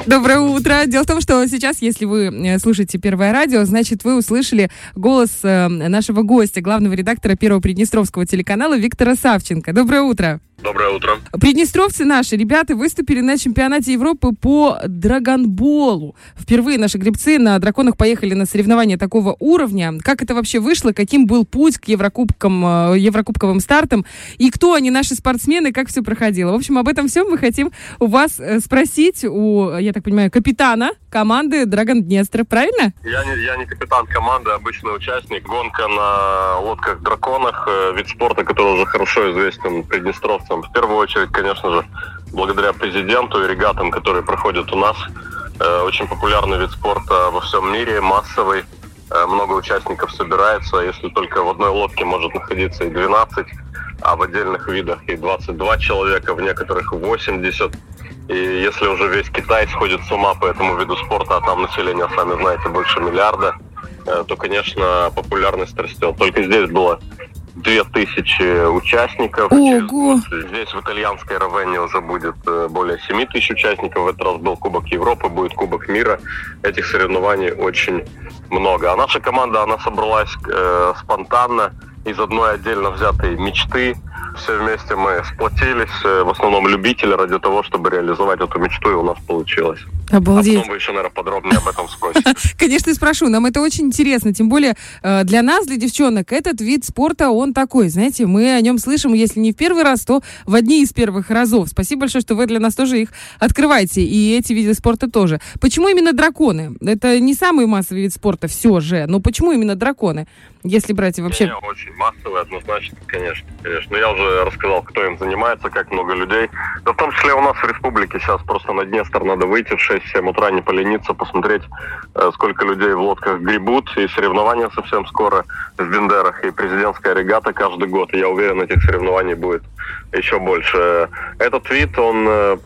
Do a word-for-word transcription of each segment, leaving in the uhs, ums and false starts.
Доброе утро. Дело в том, что сейчас, если вы слушаете Первое радио, значит, вы услышали голос нашего гостя, главного редактора Первого Приднестровского телеканала Виктора Савченко. Доброе утро. Доброе утро. Приднестровцы наши, ребята, выступили на чемпионате Европы по драгонболу. Впервые наши гребцы на драконах поехали на соревнования такого уровня. Как это вообще вышло? Каким был путь к Еврокубкам, еврокубковым стартам? И кто они, наши спортсмены? Как все проходило? В общем, об этом всем мы хотим у вас спросить, у, я так понимаю, капитана команды Драгон Днестр. Правильно? Я не, я не капитан команды, обычный участник. Гонка на лодках-драконах, вид спорта, который уже хорошо известен приднестровцам. В первую очередь, конечно же, благодаря президенту и регатам, которые проходят у нас. Э, очень популярный вид спорта во всем мире, массовый. Э, много участников собирается. Если только в одной лодке может находиться и двенадцать, а в отдельных видах и двадцать два человека, в некоторых восемьдесят. И если уже весь Китай сходит с ума по этому виду спорта, а там население, сами знаете, больше миллиарда, э, то, конечно, популярность растет. Только здесь было Две тысячи участников. Ого! Здесь в итальянской Равенне уже будет более семь тысяч участников. В этот раз был Кубок Европы, будет Кубок мира. Этих соревнований очень много. А наша команда, она собралась э, спонтанно из одной отдельно взятой мечты. Все вместе мы сплотились, в основном любители, ради того, чтобы реализовать эту мечту, и у нас получилось. Обалдеть. А потом вы еще, наверное, подробнее об этом спросите. Конечно, спрошу. Нам это очень интересно. Тем более для нас, для девчонок, этот вид спорта, он такой. Знаете, мы о нем слышим, если не в первый раз, то в одни из первых разов. Спасибо большое, что вы для нас тоже их открываете. И эти виды спорта тоже. Почему именно драконы? Это не самый массовый вид спорта все же. Но почему именно драконы? Если брать вообще... Не, очень массовый, однозначно, конечно. конечно. Но я уже рассказал, кто им занимается, как много людей. Да в том числе у нас в республике сейчас просто на Днестр надо выйти в шесть-семь утра, не полениться, посмотреть, сколько людей в лодках гребут. И соревнования совсем скоро в Бендерах, и президентская регата каждый год. И я уверен, этих соревнований будет еще больше. Этот вид, он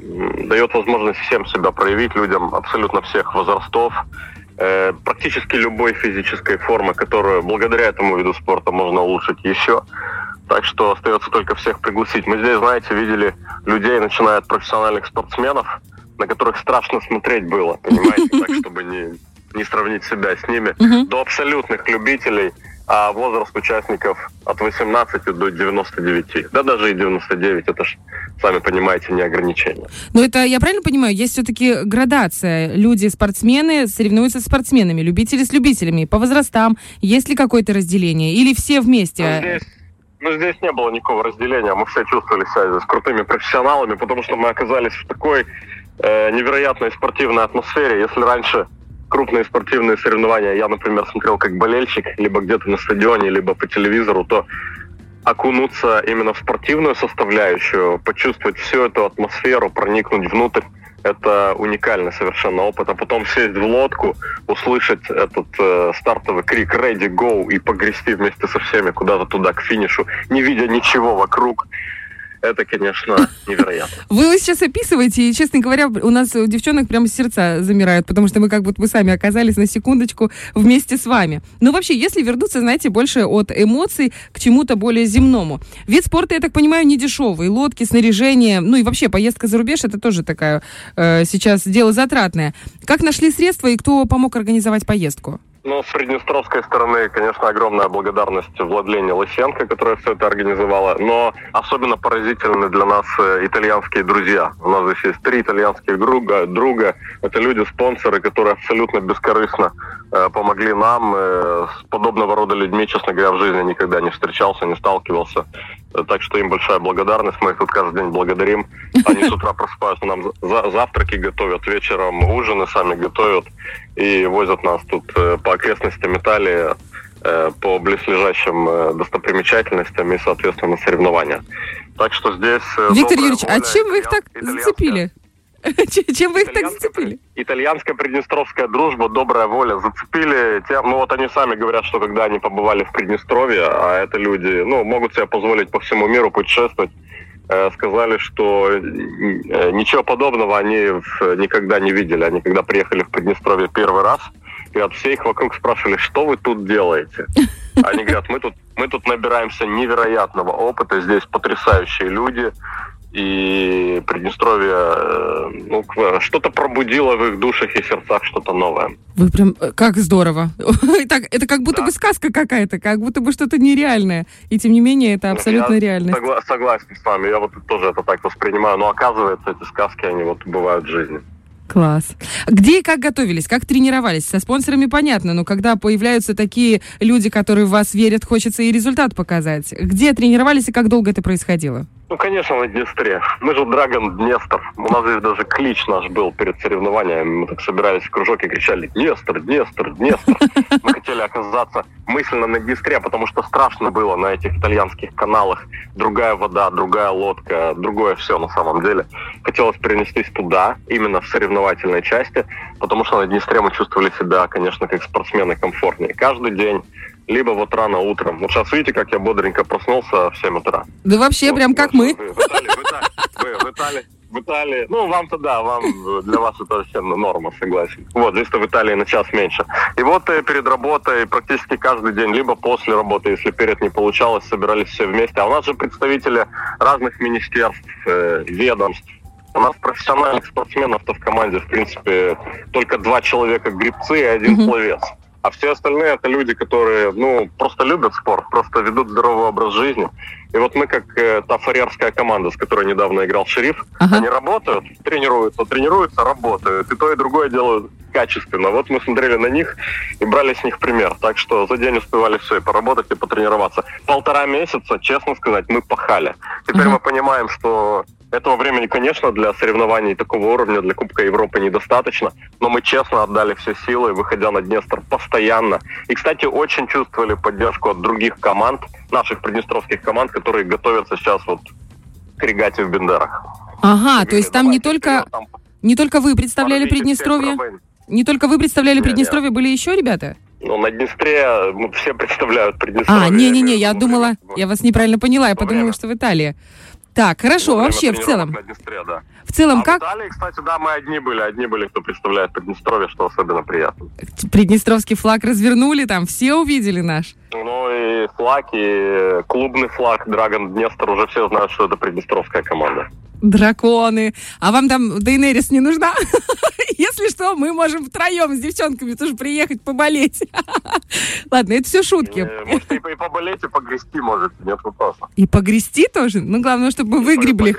дает возможность всем себя проявить, людям абсолютно всех возрастов. Практически любой физической формы, которую благодаря этому виду спорта можно улучшить еще. Так что остается только всех пригласить. Мы здесь, знаете, видели людей, начиная от профессиональных спортсменов, на которых страшно смотреть было, понимаете, так, чтобы не, не сравнить себя с ними, uh-huh. до абсолютных любителей, а возраст участников от восемнадцати до девяноста девяти. Да даже и девяносто девять, это ж, сами понимаете, не ограничение. Но это, я правильно понимаю, есть все-таки градация. Люди-спортсмены соревнуются с спортсменами, любители с любителями. По возрастам есть ли какое-то разделение? Или все вместе? Ну, здесь, ну, здесь не было никакого разделения. Мы все чувствовали себя здесь крутыми профессионалами, потому что мы оказались в такой э, невероятной спортивной атмосфере. Если раньше крупные спортивные соревнования я, например, смотрел как болельщик, либо где-то на стадионе, либо по телевизору, то окунуться именно в спортивную составляющую, почувствовать всю эту атмосферу, проникнуть внутрь, это уникальный совершенно опыт. А потом сесть в лодку, услышать этот э, стартовый крик «Ready, go» и погрести вместе со всеми куда-то туда, к финишу, не видя ничего вокруг. Это, конечно, невероятно. Вы сейчас описываете, и, честно говоря, у нас у девчонок прямо сердца замирают, потому что мы как будто бы сами оказались на секундочку вместе с вами. Но вообще, если вернуться, знаете, больше от эмоций к чему-то более земному. Вид спорта, я так понимаю, не дешевый. Лодки, снаряжение, ну и вообще поездка за рубеж, это тоже такая э, сейчас дело затратное. Как нашли средства и кто помог организовать поездку? Ну, с приднестровской стороны, конечно, огромная благодарность Владлене Лысенко, которая все это организовала. Но особенно поразительны для нас итальянские друзья. У нас здесь есть три итальянских друга. друга. Это люди-спонсоры, которые абсолютно бескорыстно э, помогли нам. Э, с подобного рода людьми, честно говоря, в жизни никогда не встречался, не сталкивался. Так что им большая благодарность. Мы их тут каждый день благодарим. Они с утра просыпаются, нам за- завтраки готовят, вечером ужины сами готовят и возят нас тут э, по окрестностям Италии, э, по близлежащим э, достопримечательностям и, соответственно, соревнования. Так что здесь... Э, Виктор Юрьевич, а чем вы их так зацепили? Чем вы их так зацепили? Итальянская приднестровская дружба, добрая воля зацепили тем, ну вот они сами говорят, что когда они побывали в Приднестровье, а это люди, ну, могут себе позволить по всему миру путешествовать, э, сказали, что э, ничего подобного они в, никогда не видели. Они когда приехали в Приднестровье первый раз, говорят, все их вокруг спрашивали, что вы тут делаете? Они говорят, мы тут, мы тут набираемся невероятного опыта, здесь потрясающие люди. и Приднестровье, ну, что-то пробудило в их душах и сердцах, что-то новое. Вы прям, как здорово. Так, это как будто да. бы сказка какая-то, как будто бы что-то нереальное. И тем не менее, это абсолютно я реальность. Согла- согласен с вами, я вот тоже это так воспринимаю. Но оказывается, эти сказки, они вот бывают в жизни. Класс. Где и как готовились, как тренировались? Со спонсорами понятно, но когда появляются такие люди, которые в вас верят, хочется и результат показать. Где тренировались и как долго это происходило? Ну, конечно, на Днестре. Мы же Драгон Днестр. У нас здесь даже клич наш был перед соревнованиями. Мы так собирались в кружок и кричали «Днестр, Днестр, Днестр». Мы хотели оказаться мысленно на Днестре, потому что страшно было на этих итальянских каналах. Другая вода, другая лодка, другое все на самом деле. Хотелось перенестись туда, именно в соревновательной части, потому что на Днестре мы чувствовали себя, конечно, как спортсмены комфортнее. Каждый день. Либо вот рано утром. Вот сейчас видите, как я бодренько проснулся в семь утра. Да вообще, вот, прям как мы. В Италии, в Италии, вы, в Италии, в Италии, ну, вам-то да, вам, для вас это вообще норма, согласен. Вот, здесь-то в Италии на час меньше. И вот перед работой практически каждый день, либо после работы, если перед не получалось, собирались все вместе. А у нас же представители разных министерств, э, ведомств. У нас профессиональных спортсменов-то в команде, в принципе, только два человека гребцы и один mm-hmm. пловец. А все остальные это люди, которые, ну, просто любят спорт, просто ведут здоровый образ жизни. И вот мы, как э, та фарерская команда, с которой недавно играл Шериф, ага. они работают, тренируются, тренируются, работают. И то, и другое делают качественно. Вот мы смотрели на них и брали с них пример. Так что за день успевали все и поработать, и потренироваться. Полтора месяца, честно сказать, мы пахали. Теперь ага. мы понимаем, что этого времени, конечно, для соревнований такого уровня, для Кубка Европы недостаточно, но мы честно отдали все силы, выходя на Днестр постоянно. И, кстати, очень чувствовали поддержку от других команд, наших приднестровских команд, которые готовятся сейчас вот к регате в Бендерах. Ага, то есть там не только, там, не только вы представляли Приднестровье, не только вы представляли не, Приднестровье, не. Были еще ребята? Ну, на Днестре ну, все представляют Приднестровье. А, не-не-не, я думала, я вас неправильно поняла, я подумала, что в Италии. Так, хорошо, ну, вообще, в целом. На Днестре, да. В целом, а как... в Италии, кстати, да, мы одни были, одни были, кто представляет Приднестровье, что особенно приятно. Приднестровский флаг развернули, там все увидели наш. Ну и флаг, и клубный флаг Драгон Днестр, уже все знают, что это приднестровская команда. Драконы. А вам там Дейнерис не нужна? Если что, мы можем втроем с девчонками тоже приехать поболеть. Ладно, это все шутки. Можете и поболеть, и погрести можете, нет вопросов. И погрести тоже? Ну, главное, чтобы мы выгребли.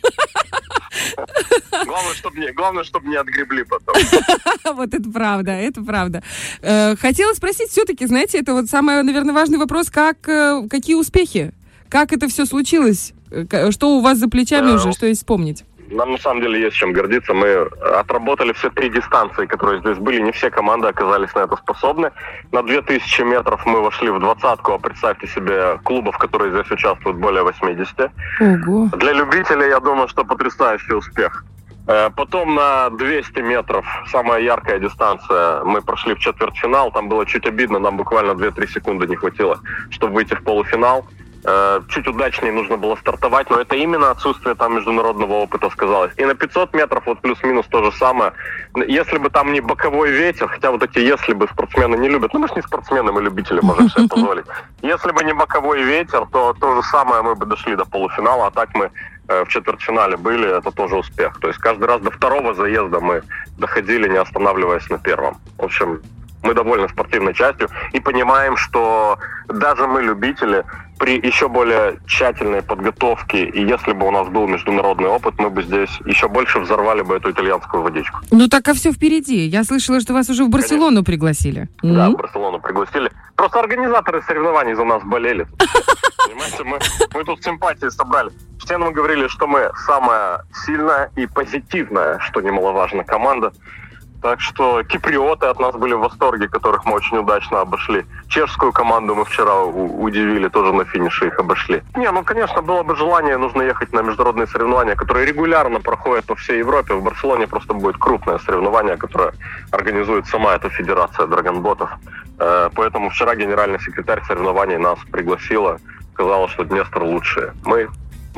Главное, чтобы не, главное, чтобы не отгребли потом. Вот это правда, это правда. Хотела спросить все-таки, знаете, это вот самый, наверное, важный вопрос, как, какие успехи? Как это все случилось? Что у вас за плечами уже, что есть вспомнить? Нам на самом деле есть чем гордиться. Мы отработали все три дистанции, которые здесь были. Не все команды оказались на это способны. На две тысячи метров мы вошли в двадцатку, а представьте себе клубов, которые здесь участвуют, более восемьдесят. Ого. Для любителей, я думаю, что потрясающий успех. Потом на двести метров, самая яркая дистанция, мы прошли в четвертьфинал. Там было чуть обидно, нам буквально две-три секунды не хватило, чтобы выйти в полуфинал. Чуть удачнее нужно было стартовать, но это именно отсутствие там международного опыта сказалось. И на пятьсот метров вот плюс-минус то же самое. Если бы там не боковой ветер, хотя вот эти если бы спортсмены не любят, ну мы же не спортсмены, мы любители, можем себе позволить. Если бы не боковой ветер, то то же самое мы бы дошли до полуфинала, а так мы в четвертьфинале были, это тоже успех. То есть каждый раз до второго заезда мы доходили, не останавливаясь на первом. В общем, мы довольны спортивной частью и понимаем, что даже мы, любители, при еще более тщательной подготовке, и если бы у нас был международный опыт, мы бы здесь еще больше взорвали бы эту итальянскую водичку. Ну так а все впереди. Я слышала, что вас уже в Барселону Конечно. пригласили. Да, mm-hmm. в Барселону пригласили. Просто организаторы соревнований за нас болели. Понимаете, мы, мы тут симпатии собрали. Все нам говорили, что мы самая сильная и позитивная, что немаловажно, команда. Так что киприоты от нас были в восторге, которых мы очень удачно обошли. Чешскую команду мы вчера у- удивили, тоже на финише их обошли. Не, ну, конечно, было бы желание, нужно ехать на международные соревнования, которые регулярно проходят по всей Европе. В Барселоне просто будет крупное соревнование, которое организует сама эта федерация драгонботов. Э, поэтому вчера генеральный секретарь соревнований нас пригласила, сказала, что Днестр лучшие. Мы,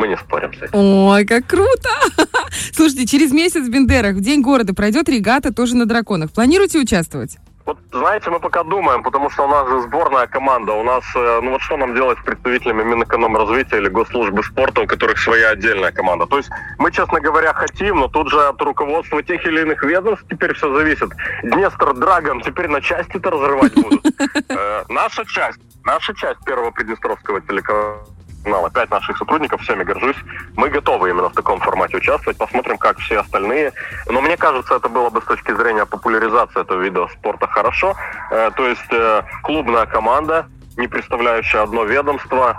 Мы не спорим с этим. Ой, как круто! Слушайте, через месяц в Бендерах, в День города, пройдет регата тоже на драконах. Планируете участвовать? Вот, знаете, мы пока думаем, потому что у нас же сборная команда. У нас, ну вот что нам делать с представителями Минэкономразвития или Госслужбы спорта, у которых своя отдельная команда. То есть мы, честно говоря, хотим, но тут же от руководства тех или иных ведомств теперь все зависит. Днестр Драгон теперь на части-то разрывать будут. Наша часть, наша часть Первого Приднестровского телеканала. Пять наших сотрудников, всеми горжусь. Мы готовы именно в таком формате участвовать. Посмотрим, как все остальные. Но мне кажется, это было бы с точки зрения популяризации этого вида спорта хорошо. Э, то есть э, клубная команда, не представляющая одно ведомство,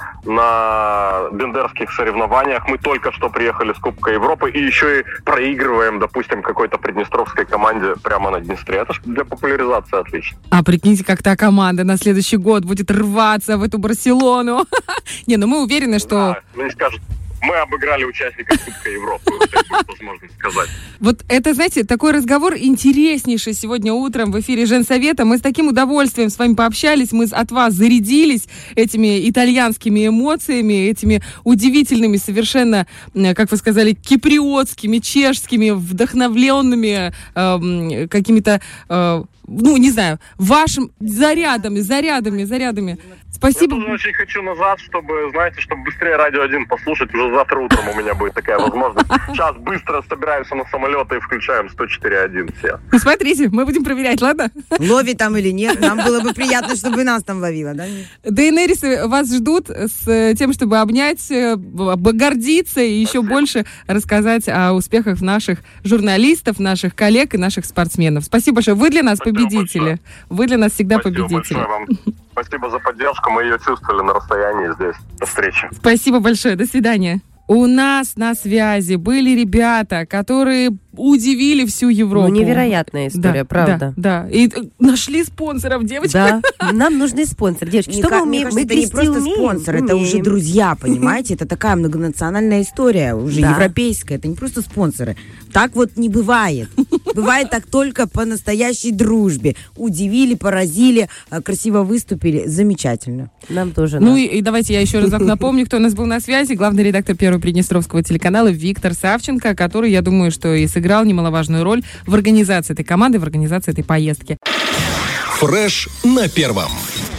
на бендерских соревнованиях. Мы только что приехали с Кубка Европы и еще и проигрываем, допустим, какой-то приднестровской команде прямо на Днестре. Это же для популяризации отлично. А прикиньте, как та команда на следующий год будет рваться в эту Барселону. Не, ну мы уверены, что... Они скажут, мы обыграли участников Кубка Европы, будет возможность сказать. Вот это, знаете, такой разговор интереснейший сегодня утром в эфире Женсовета. Мы с таким удовольствием с вами пообщались, мы от вас зарядились этими итальянскими эмоциями, этими удивительными совершенно, как вы сказали, киприотскими, чешскими, вдохновленными э, какими-то, э, ну, не знаю, вашим зарядами, зарядами, зарядами. Спасибо. Я тоже очень хочу назад, чтобы, знаете, чтобы быстрее Радио один послушать. Уже завтра утром у меня будет такая возможность. Сейчас быстро собираемся на самолеты и включаем сто четыре один все. Ну, смотрите, мы будем проверять, ладно? Ловит там или нет. Нам было бы приятно, чтобы нас там ловило, да? Дейенерисы вас ждут с тем, чтобы обнять, гордиться и еще Спасибо. Больше рассказать о успехах наших журналистов, наших коллег и наших спортсменов. Спасибо большое. Вы для нас Спасибо победители. Большое. Вы для нас всегда Спасибо победители. Большое вам. Спасибо за поддержку, мы ее чувствовали на расстоянии здесь. До встречи. Спасибо большое, до свидания. У нас на связи были ребята, которые удивили всю Европу. Ну, невероятная история, да, правда. Да, да. И нашли спонсоров, девочки. Да, нам нужны спонсоры. Девочки, что мы умеем? Мы не просто спонсоры, это уже друзья, понимаете? Это такая многонациональная история, уже европейская. Это не просто спонсоры. Так вот не бывает. Бывает так только по настоящей дружбе. Удивили, поразили, красиво выступили. Замечательно. Нам тоже. Ну и, и давайте я еще раз напомню, кто у нас был на связи. Главный редактор Первого Приднестровского телеканала Виктор Савченко, который, я думаю, что и сыграл немаловажную роль в организации этой команды, в организации этой поездки. Фреш на первом.